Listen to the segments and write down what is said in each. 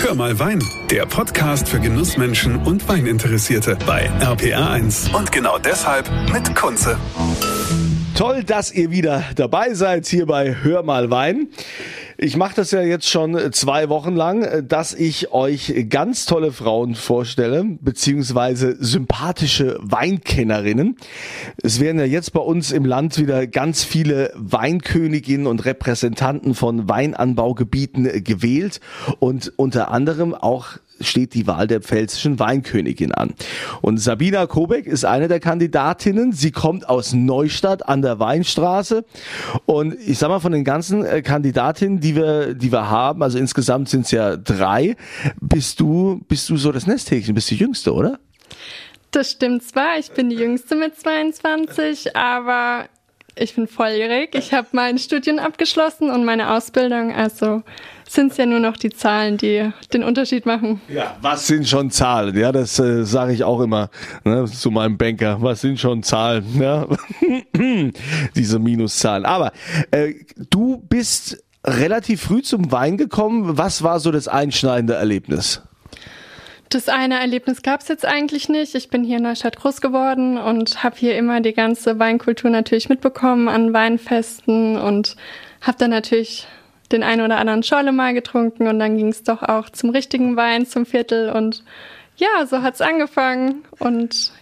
Hör mal Wein, der Podcast für Genussmenschen und Weininteressierte bei RPR1. Und genau deshalb mit Kunze. Toll, dass ihr wieder dabei seid hier bei Hör mal Wein. Ich mache das ja jetzt schon 2 Wochen lang, dass ich euch ganz tolle Frauen vorstelle, beziehungsweise sympathische Weinkennerinnen. Es werden ja jetzt bei uns im Land wieder ganz viele Weinköniginnen und Repräsentanten von Weinanbaugebieten gewählt und unter anderem auch steht die Wahl der pfälzischen Weinkönigin an. Und Sabina Kobeck ist eine der Kandidatinnen. Sie kommt aus Neustadt an der Weinstraße. Und ich sag mal, von den ganzen Kandidatinnen, die wir haben, also insgesamt sind es ja 3, bist du so das Nesthäkchen, bist die Jüngste, oder? Das stimmt zwar, ich bin die Jüngste mit 22, aber ich bin volljährig. Ich habe mein Studium abgeschlossen und meine Ausbildung, also sind es ja nur noch die Zahlen, die den Unterschied machen. Ja, was sind schon Zahlen? Ja, das sage ich auch immer, ne, zu meinem Banker. Was sind schon Zahlen? Ja? Diese Minuszahlen. Aber du bist relativ früh zum Wein gekommen. Was war so das einschneidende Erlebnis? Das eine Erlebnis gab es jetzt eigentlich nicht. Ich bin hier in Neustadt groß geworden und habe hier immer die ganze Weinkultur natürlich mitbekommen an Weinfesten und habe dann natürlich den einen oder anderen Scholle mal getrunken und dann ging es doch auch zum richtigen Wein, zum Viertel und ja, so hat's angefangen und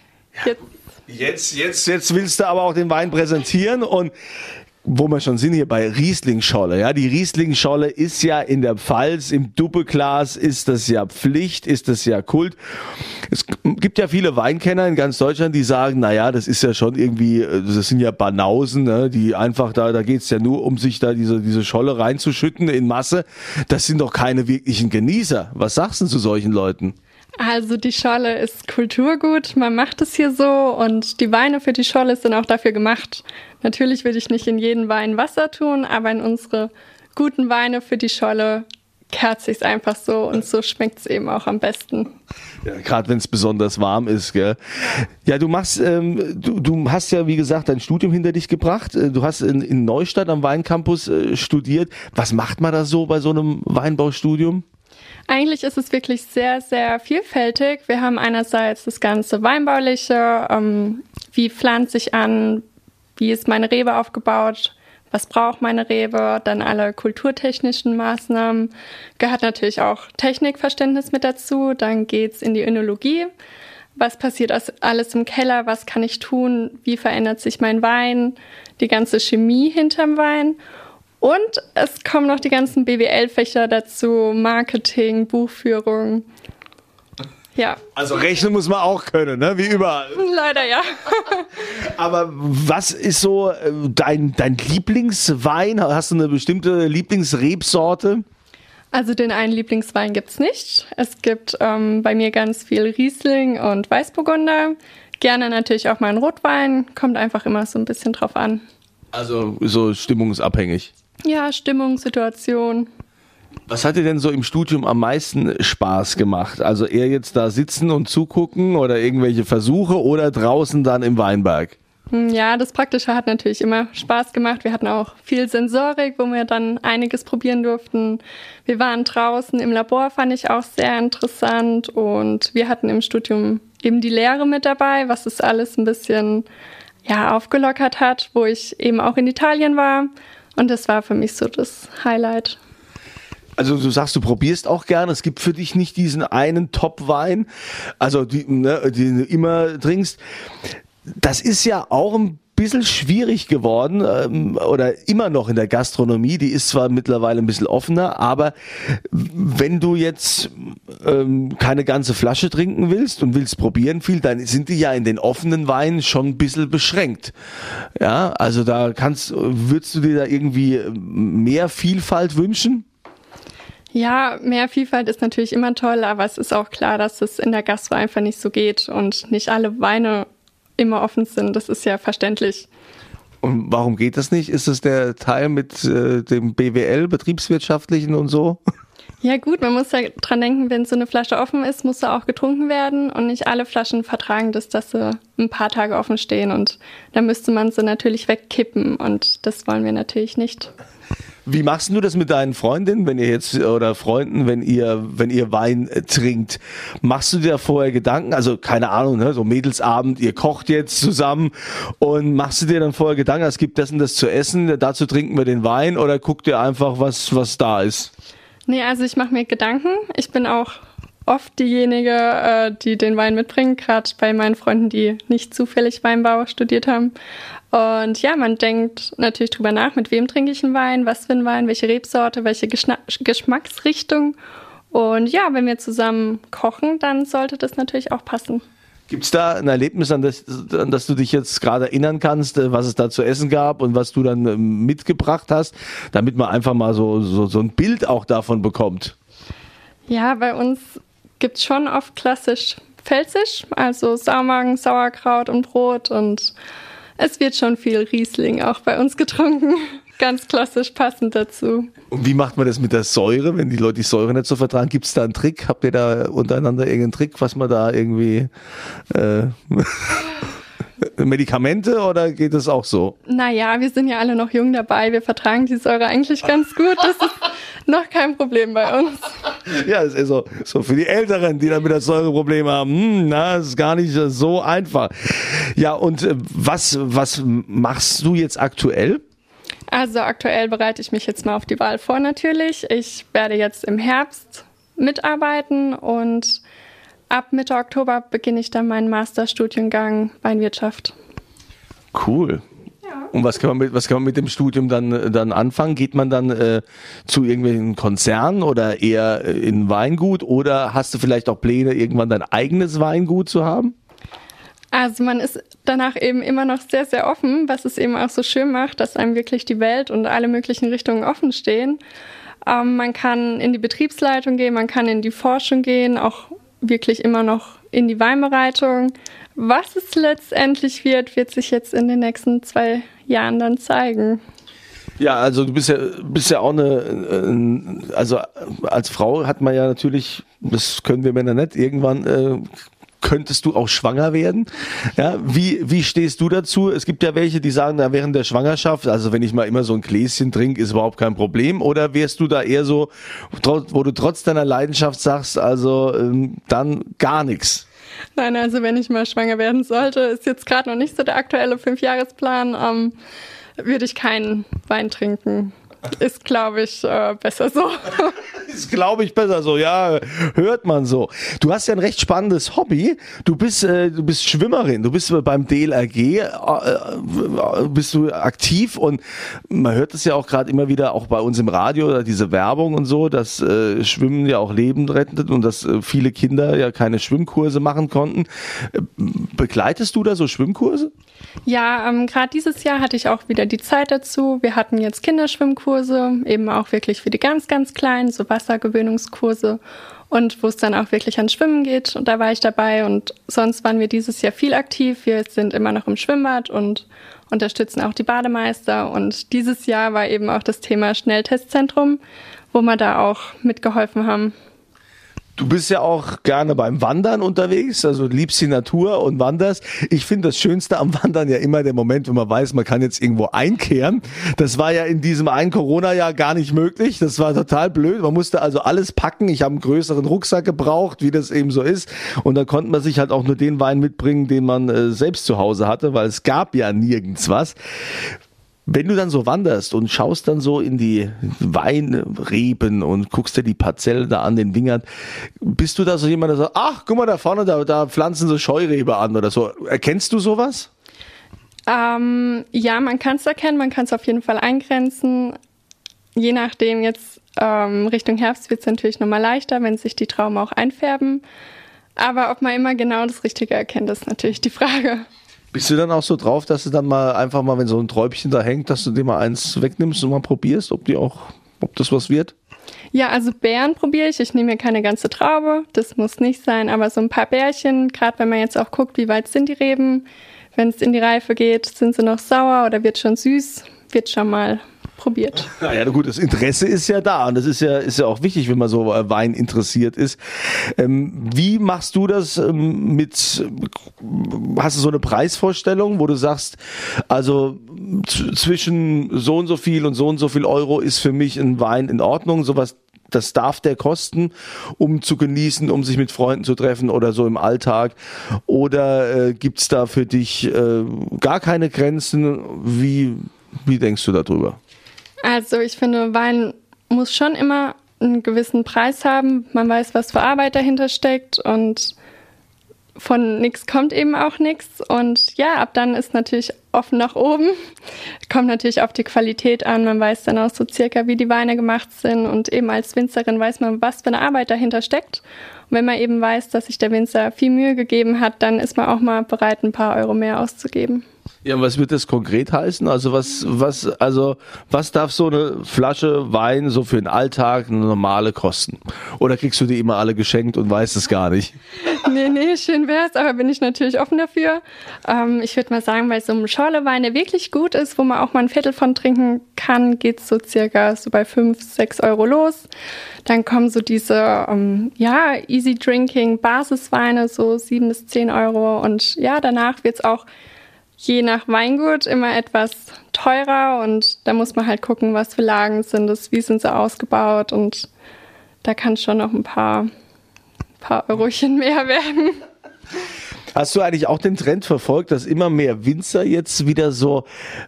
Jetzt willst du aber auch den Wein präsentieren und wo wir schon sind hier bei Riesling-Scholle. Ja, die Riesling-Scholle ist ja in der Pfalz, im Doppelglas ist das ja Pflicht, ist das ja Kult. Es gibt ja viele Weinkenner in ganz Deutschland, die sagen, naja, das ist ja schon irgendwie, das sind ja Banausen, ne, die einfach da geht's ja nur um sich da diese Scholle reinzuschütten in Masse. Das sind doch keine wirklichen Genießer. Was sagst du zu solchen Leuten? Also die Scholle ist Kulturgut, man macht es hier so und die Weine für die Scholle sind auch dafür gemacht. Natürlich würde ich nicht in jeden Wein Wasser tun, aber in unsere guten Weine für die Scholle kerze ich es einfach so und so schmeckt es eben auch am besten. Ja, gerade wenn es besonders warm ist, gell? Ja, du hast ja, wie gesagt, dein Studium hinter dich gebracht. Du hast in Neustadt am Weincampus studiert. Was macht man da so bei so einem Weinbaustudium? Eigentlich ist es wirklich sehr, sehr vielfältig. Wir haben einerseits das ganze Weinbauliche, wie pflanze ich an, wie ist meine Rebe aufgebaut, was braucht meine Rebe, dann alle kulturtechnischen Maßnahmen, gehört natürlich auch Technikverständnis mit dazu, dann geht's in die Önologie, was passiert alles im Keller, was kann ich tun, wie verändert sich mein Wein, die ganze Chemie hinterm Wein. Und es kommen noch die ganzen BWL-Fächer dazu, Marketing, Buchführung. Ja. Also rechnen muss man auch können, ne? Wie überall. Leider ja. Aber was ist so dein Lieblingswein? Hast du eine bestimmte Lieblingsrebsorte? Also den einen Lieblingswein gibt's nicht. Es gibt bei mir ganz viel Riesling und Weißburgunder. Gerne natürlich auch mal einen Rotwein. Kommt einfach immer so ein bisschen drauf an. Also so stimmungsabhängig? Ja, Stimmung, Situation. Was hat dir denn so im Studium am meisten Spaß gemacht? Also eher jetzt da sitzen und zugucken oder irgendwelche Versuche oder draußen dann im Weinberg? Ja, das Praktische hat natürlich immer Spaß gemacht. Wir hatten auch viel Sensorik, wo wir dann einiges probieren durften. Wir waren draußen im Labor, fand ich auch sehr interessant. Und wir hatten im Studium eben die Lehre mit dabei, was das alles ein bisschen aufgelockert hat, wo ich eben auch in Italien war. Und das war für mich so das Highlight. Also du sagst, du probierst auch gerne. Es gibt für dich nicht diesen einen Top-Wein, also den du immer trinkst. Das ist ja auch ein bisschen schwierig geworden oder immer noch in der Gastronomie. Die ist zwar mittlerweile ein bisschen offener, aber wenn du jetzt keine ganze Flasche trinken willst und willst probieren viel, dann sind die ja in den offenen Weinen schon ein bisschen beschränkt. Ja, also würdest du dir da irgendwie mehr Vielfalt wünschen? Ja, mehr Vielfalt ist natürlich immer toll, aber es ist auch klar, dass es in der Gastro einfach nicht so geht und nicht alle Weine immer offen sind. Das ist ja verständlich. Und warum geht das nicht? Ist es der Teil mit dem BWL, betriebswirtschaftlichen und so? Ja gut, man muss ja dran denken, wenn so eine Flasche offen ist, muss sie auch getrunken werden und nicht alle Flaschen vertragen das, dass sie ein paar Tage offen stehen und dann müsste man sie natürlich wegkippen und das wollen wir natürlich nicht. Wie machst du das mit deinen Freundinnen, wenn ihr jetzt oder Freunden, wenn ihr Wein trinkt? Machst du dir vorher Gedanken? Also keine Ahnung, ne? So Mädelsabend, ihr kocht jetzt zusammen und machst du dir dann vorher Gedanken, es gibt das und das zu essen, dazu trinken wir den Wein oder guckt ihr einfach, was da ist? Nee, also ich mache mir Gedanken. Ich bin auch oft diejenige, die den Wein mitbringt, gerade bei meinen Freunden, die nicht zufällig Weinbau studiert haben. Und ja, man denkt natürlich drüber nach, mit wem trinke ich einen Wein, was für einen Wein, welche Rebsorte, welche Geschmacksrichtung. Und ja, wenn wir zusammen kochen, dann sollte das natürlich auch passen. Gibt es da ein Erlebnis, an das du dich jetzt gerade erinnern kannst, was es da zu essen gab und was du dann mitgebracht hast, damit man einfach mal so ein Bild auch davon bekommt? Ja, bei uns gibt es schon oft klassisch Pfälzisch, also Saumagen, Sauerkraut und Brot, und es wird schon viel Riesling auch bei uns getrunken. Ganz klassisch passend dazu. Und wie macht man das mit der Säure, wenn die Leute die Säure nicht so vertragen? Gibt es da einen Trick? Habt ihr da untereinander irgendeinen Trick, was man da irgendwie Medikamente oder geht das auch so? Naja, wir sind ja alle noch jung dabei. Wir vertragen die Säure eigentlich ganz gut. Das ist noch kein Problem bei uns. Ja, das ist so für die Älteren, die dann mit der Säure Probleme haben. Das ist gar nicht so einfach. Ja, und was machst du jetzt aktuell? Also aktuell bereite ich mich jetzt mal auf die Wahl vor natürlich. Ich werde jetzt im Herbst mitarbeiten und ab Mitte Oktober beginne ich dann meinen Masterstudiengang Weinwirtschaft. Cool. Ja. Und was kann man mit dem Studium dann anfangen? Geht man dann zu irgendwelchen Konzernen oder eher in Weingut oder hast du vielleicht auch Pläne, irgendwann dein eigenes Weingut zu haben? Also man ist danach eben immer noch sehr, sehr offen, was es eben auch so schön macht, dass einem wirklich die Welt und alle möglichen Richtungen offen stehen. Man kann in die Betriebsleitung gehen, man kann in die Forschung gehen, auch wirklich immer noch in die Weinbereitung. Was es letztendlich wird sich jetzt in den nächsten 2 Jahren dann zeigen. Ja, also du bist ja auch also als Frau hat man ja natürlich, das können wir Männer nicht, irgendwann könntest du auch schwanger werden. Ja, wie stehst du dazu? Es gibt ja welche, die sagen, na, während der Schwangerschaft, also wenn ich mal immer so ein Gläschen trinke, ist überhaupt kein Problem. Oder wärst du da eher so, wo du trotz deiner Leidenschaft sagst, also dann gar nichts? Nein, also wenn ich mal schwanger werden sollte, ist jetzt gerade noch nicht so der aktuelle 5-Jahresplan, würde ich keinen Wein trinken. Ist, glaube ich, besser so. Ist, glaube ich, besser so. Ja, hört man so. Du hast ja ein recht spannendes Hobby. Du bist Schwimmerin. Du bist beim DLRG, bist du aktiv und man hört es ja auch gerade immer wieder auch bei uns im Radio, diese Werbung und so, dass Schwimmen ja auch Leben rettet und dass viele Kinder ja keine Schwimmkurse machen konnten. Begleitest du da so Schwimmkurse? Ja, gerade dieses Jahr hatte ich auch wieder die Zeit dazu. Wir hatten jetzt Kinderschwimmkurse, eben auch wirklich für die ganz, ganz Kleinen, so Wassergewöhnungskurse und wo es dann auch wirklich ans Schwimmen geht. Und da war ich dabei und sonst waren wir dieses Jahr viel aktiv. Wir sind immer noch im Schwimmbad und unterstützen auch die Bademeister. Und dieses Jahr war eben auch das Thema Schnelltestzentrum, wo wir da auch mitgeholfen haben. Du bist ja auch gerne beim Wandern unterwegs, also liebst die Natur und wanderst. Ich finde das Schönste am Wandern ja immer der Moment, wenn man weiß, man kann jetzt irgendwo einkehren. Das war ja in diesem einen Corona-Jahr gar nicht möglich. Das war total blöd. Man musste also alles packen. Ich habe einen größeren Rucksack gebraucht, wie das eben so ist. Und da konnte man sich halt auch nur den Wein mitbringen, den man selbst zu Hause hatte, weil es gab ja nirgends was. Wenn du dann so wanderst und schaust dann so in die Weinreben und guckst dir die Parzellen da an den Wingern, bist du da so jemand, der sagt, ach, guck mal da vorne, da pflanzen sie Scheurebe an oder so. Erkennst du sowas? Ja, man kann es erkennen, man kann es auf jeden Fall eingrenzen. Je nachdem jetzt Richtung Herbst wird es natürlich nochmal leichter, wenn sich die Trauben auch einfärben. Aber ob man immer genau das Richtige erkennt, ist natürlich die Frage. Bist du dann auch so drauf, dass du dann mal einfach mal, wenn so ein Träubchen da hängt, dass du dir mal eins wegnimmst und mal probierst, ob das was wird? Ja, also Beeren probiere ich. Ich nehme mir keine ganze Traube, das muss nicht sein, aber so ein paar Bärchen, gerade wenn man jetzt auch guckt, wie weit sind die Reben, wenn es in die Reife geht, sind sie noch sauer oder wird schon süß, wird schon mal probiert. Ja, gut, das Interesse ist ja da und das ist ja auch wichtig, wenn man so Wein interessiert ist. Wie machst du das hast du so eine Preisvorstellung, wo du sagst, also zwischen so und so viel Euro ist für mich ein Wein in Ordnung, sowas, das darf der kosten, um zu genießen, um sich mit Freunden zu treffen oder so im Alltag? Oder gibt's da für dich gar keine Grenzen? Wie denkst du darüber? Also ich finde, Wein muss schon immer einen gewissen Preis haben. Man weiß, was für Arbeit dahinter steckt und von nichts kommt eben auch nichts. Und ja, ab dann ist natürlich offen nach oben. Kommt natürlich auf die Qualität an. Man weiß dann auch so circa, wie die Weine gemacht sind. Und eben als Winzerin weiß man, was für eine Arbeit dahinter steckt. Und wenn man eben weiß, dass sich der Winzer viel Mühe gegeben hat, dann ist man auch mal bereit, ein paar Euro mehr auszugeben. Ja, was wird das konkret heißen? Also was darf so eine Flasche Wein so für den Alltag eine normale kosten? Oder kriegst du die immer alle geschenkt und weißt es gar nicht? Nee, schön wär's, aber bin ich natürlich offen dafür. Ich würde mal sagen, bei so einem Schorlewein, der wirklich gut ist, wo man auch mal ein Viertel von trinken kann, geht's so circa so bei 5-6 Euro los. Dann kommen so diese Easy Drinking Basisweine, so 7 bis 10 Euro. Und ja, danach wird's auch je nach Weingut immer etwas teurer und da muss man halt gucken, was für Lagen sind es, wie sind sie ausgebaut und da kann schon noch ein paar Eurochen mehr werden. Hast du eigentlich auch den Trend verfolgt, dass immer mehr Winzer jetzt wieder so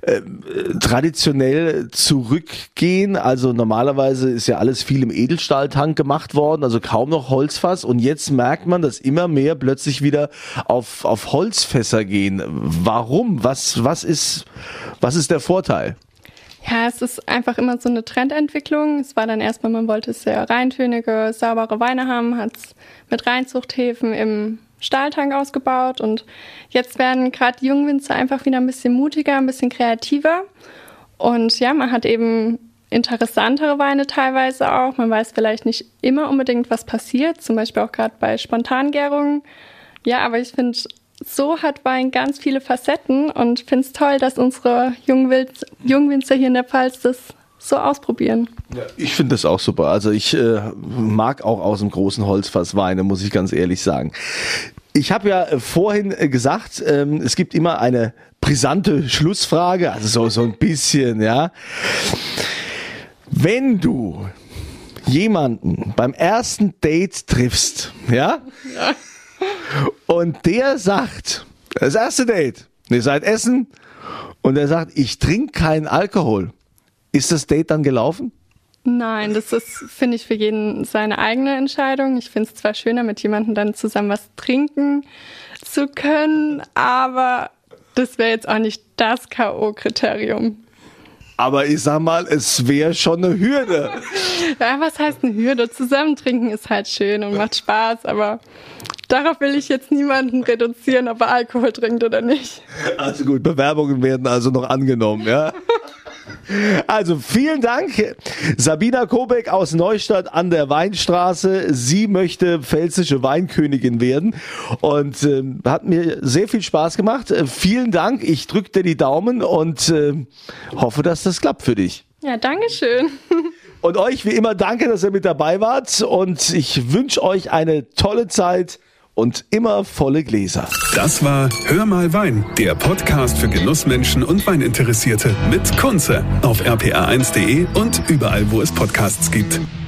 traditionell zurückgehen? Also normalerweise ist ja alles viel im Edelstahltank gemacht worden, also kaum noch Holzfass. Und jetzt merkt man, dass immer mehr plötzlich wieder auf Holzfässer gehen. Warum? Was ist der Vorteil? Ja, es ist einfach immer so eine Trendentwicklung. Es war dann erstmal, man wollte sehr reintönige, saubere Weine haben, hat es mit Reinzuchthäfen im Stahltank ausgebaut und jetzt werden gerade die Jungwinzer einfach wieder ein bisschen mutiger, ein bisschen kreativer und ja, man hat eben interessantere Weine teilweise auch. Man weiß vielleicht nicht immer unbedingt, was passiert, zum Beispiel auch gerade bei Spontangärungen. Ja, aber ich finde, so hat Wein ganz viele Facetten und finde es toll, dass unsere Jungwinzer hier in der Pfalz das so ausprobieren. Ja, ich finde das auch super. Also ich mag auch aus dem großen Holzfass Weine, muss ich ganz ehrlich sagen. Ich habe ja vorhin gesagt, es gibt immer eine brisante Schlussfrage, also so ein bisschen, ja. Wenn du jemanden beim ersten Date triffst, ja. Und der sagt, das erste Date, ihr seid essen und er sagt, ich trinke keinen Alkohol. Ist das Date dann gelaufen? Nein, das ist, finde ich, für jeden seine eigene Entscheidung. Ich finde es zwar schöner, mit jemandem dann zusammen was trinken zu können, aber das wäre jetzt auch nicht das K.O.-Kriterium. Aber ich sag mal, es wäre schon eine Hürde. Ja, was heißt eine Hürde? Zusammen trinken ist halt schön und macht Spaß, aber darauf will ich jetzt niemanden reduzieren, ob er Alkohol trinkt oder nicht. Also gut, Bewerbungen werden also noch angenommen, ja? Also vielen Dank, Sabina Kobeck aus Neustadt an der Weinstraße. Sie möchte pfälzische Weinkönigin werden und hat mir sehr viel Spaß gemacht. Vielen Dank, ich drücke dir die Daumen und hoffe, dass das klappt für dich. Ja, danke schön. Und euch wie immer danke, dass ihr mit dabei wart und ich wünsche euch eine tolle Zeit. Und immer volle Gläser. Das war Hör mal Wein, der Podcast für Genussmenschen und Weininteressierte mit Kunze auf rpa1.de und überall, wo es Podcasts gibt.